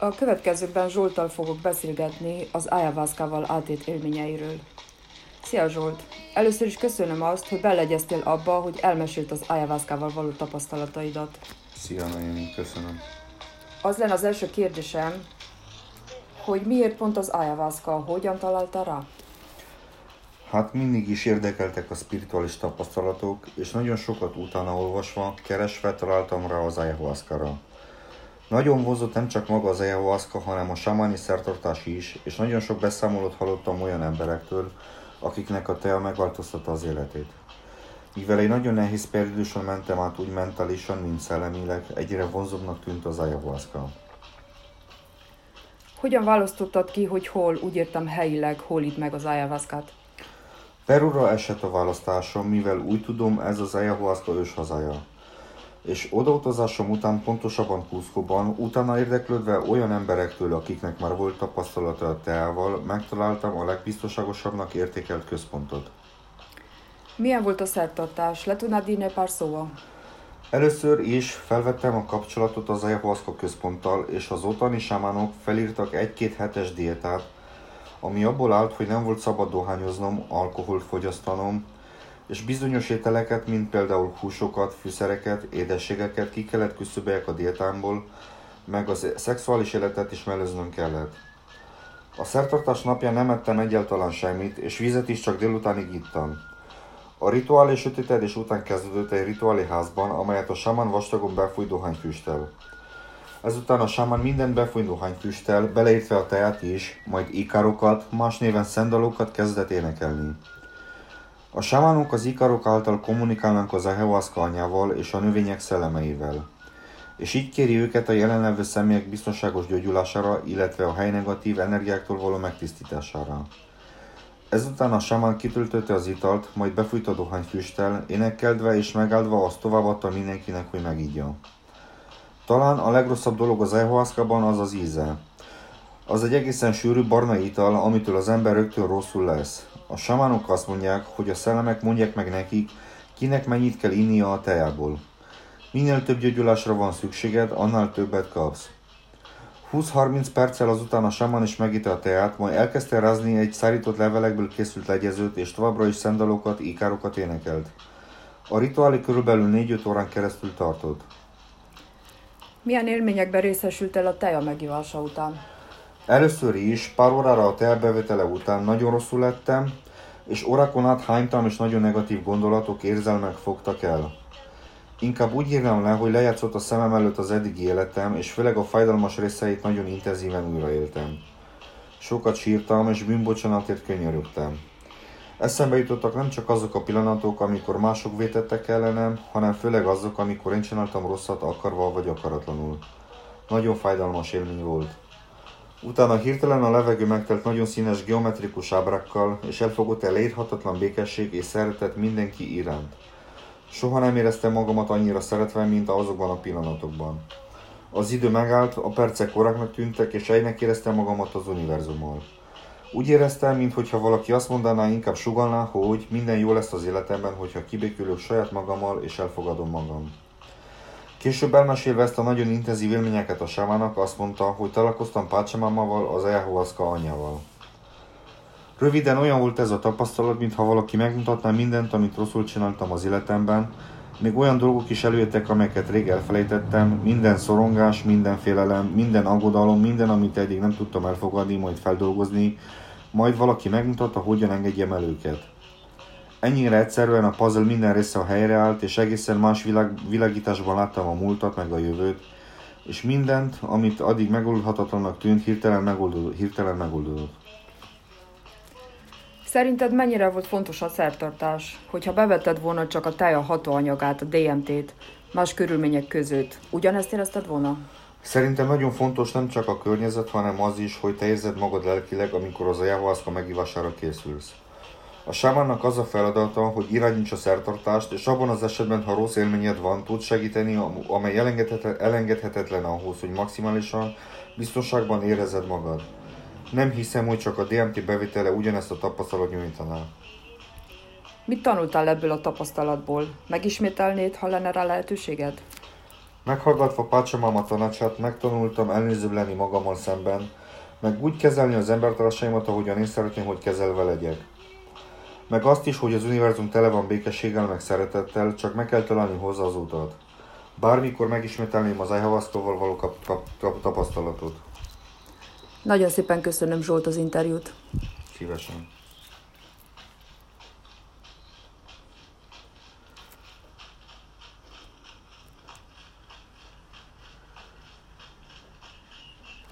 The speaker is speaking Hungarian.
A következőkben Zsolttal fogok beszélgetni az ayahuaszkával átét élményeiről. Szia Zsolt! Először is köszönöm azt, hogy beleegyeztél abba, hogy elmesélt az ayahuaszkával való tapasztalataidat. Szia, nagyon köszönöm. Az lenne az első kérdésem, hogy miért pont az ayahuaszka, hogyan találtál rá? Hát mindig is érdekeltek a spirituális tapasztalatok, és nagyon sokat utána olvasva, keresve találtam rá az ayahuaszkára. Nagyon vonzott nem csak maga az ayahuaszka, hanem a samáni szertartás is, és nagyon sok beszámolót hallottam olyan emberektől, akiknek a tea megváltoztatta az életét. Mivel egy nagyon nehéz perióduson mentem át úgy mentálisan, mint szellemileg, egyre vonzóbbnak tűnt az ayahuaszka. Hogyan választottad ki, hogy hol, úgy értem helyileg, hol itt meg az ayahuaszkát? Perúra esett a választásom, mivel úgy tudom, ez az ayahuaszka őshazája. És odautazásom után, pontosabban Cuscoban, utána érdeklődve olyan emberektől, akiknek már volt tapasztalata a teával, megtaláltam a legbiztonságosabbnak értékelt központot. Milyen volt a szertartás? Le tudnád írni pár szóval? Először is felvettem a kapcsolatot az ayahuaszka központtal, és az ottani sámánok felírtak egy-két hetes diétát, ami abból állt, hogy nem volt szabad dohányoznom, alkoholt fogyasztanom, és bizonyos ételeket, mint például húsokat, fűszereket, édességeket ki kellett küszöböljek a diétámból, meg a szexuális életet is mellőznöm kellett. A szertartás napján nem ettem egyáltalán semmit, és vizet is csak délutánig ittam. A rituálé sötétedés után kezdődött egy rituálé házban, amelyet a sámán vastagon befújt dohányfüsttel. Ezután a sámán mindent befújt dohányfüsttel, beleértve a teát is, majd ikárokat, más néven szendalókat kezdett énekelni. A sámánok az ikarok által kommunikálnak az ayahuaszka anyjával és a növények szellemeivel, és így kéri őket a jelenlevő személyek biztonságos gyógyulására, illetve a hely negatív energiáktól való megtisztítására. Ezután a sámán kitöltötte az italt, majd befújta a dohányfüsttel, énekelve és megáldva azt továbbadta mindenkinek, hogy megígya. Talán a legrosszabb dolog az ayahuaszkában az az íze. Az egy egészen sűrű barna ital, amitől az ember rögtön rosszul lesz. A samánok azt mondják, hogy a szellemek mondják meg nekik, kinek mennyit kell innia a teából. Minél több gyógyulásra van szükséged, annál többet kapsz. 20-30 perccel azután a samán is megitta a teát, majd elkezdte rázni egy szárított levelekből készült legyezőt, és továbbra is szendalókat, ikárokat énekelt. A rituálé körülbelül 4-5 órán keresztül tartott. Milyen élményekben részesültél a tea megívása után? Először is, pár órára a tea bevétele után nagyon rosszul lettem, és órákon át hánytam, és nagyon negatív gondolatok, érzelmek fogtak el. Inkább úgy írnám le, hogy lejátszott a szemem előtt az eddigi életem, és főleg a fájdalmas részeit nagyon intenzíven újraéltem. Sokat sírtam, és bűnbocsánatért könyörögtem. Eszembe jutottak nem csak azok a pillanatok, amikor mások vétettek ellenem, hanem főleg azok, amikor én csináltam rosszat akarva vagy akaratlanul. Nagyon fájdalmas élmény volt. Utána hirtelen a levegő megtelt nagyon színes geometrikus ábrákkal, és elfogott el leírhatatlan békesség és szeretet mindenki iránt. Soha nem éreztem magamat annyira szeretve, mint azokban a pillanatokban. Az idő megállt, a percek óráknak tűntek, és egynek éreztem magamat az univerzummal. Úgy éreztem, mintha valaki azt mondaná, inkább sugallná, hogy minden jó lesz az életemben, hogyha kibékülök saját magammal és elfogadom magam. Később elmesélve ezt a nagyon intenzív élményeket a sámának, azt mondta, hogy találkoztam Pácsamámával, az ayahuaszka anyjával. Röviden olyan volt ez a tapasztalat, mintha valaki megmutatná mindent, amit rosszul csináltam az életemben, még olyan dolgok is előjöttek, amelyeket rég elfelejtettem, minden szorongás, minden félelem, minden aggodalom, minden, amit eddig nem tudtam elfogadni, majd feldolgozni, majd valaki megmutatta, hogyan engedjem el őket. Ennyire egyszerűen a puzzle minden része a helyre állt, és egészen más világításban láttam a múltat, meg a jövőt, és mindent, amit addig megoldhatatlannak tűnt, hirtelen megoldódott. Szerinted mennyire volt fontos a szertartás? Hogyha bevetted volna csak a tea hatóanyagát, a DMT-t, más körülmények között, ugyanezt érezted volna? Szerintem nagyon fontos nem csak a környezet, hanem az is, hogy te érzed magad lelkileg, amikor az ayahuaszka megívására készülsz. A sámánnak az a feladata, hogy irányíts a szertartást, és abban az esetben, ha rossz élményed van, tud segíteni, amely elengedhetetlen ahhoz, hogy maximálisan biztonságban érezed magad. Nem hiszem, hogy csak a DMT bevétele ugyanezt a tapasztalat nyújtaná. Mit tanultál ebből a tapasztalatból? Megismételnéd, ha lenne rá lehetőséged? Meghallgatva Pachamama tanácsát, megtanultam elnézőbb lenni magammal szemben, meg úgy kezelni az embertársaimat, ahogyan én szeretném, hogy kezelve legyek. Meg azt is, hogy az univerzum tele van békességgel, meg szeretettel, csak meg kell találni hozzá az utat. Bármikor megismételném az ayahuaszkával való tapasztalatot. Nagyon szépen köszönöm, Zsolt, az interjút. Szívesen.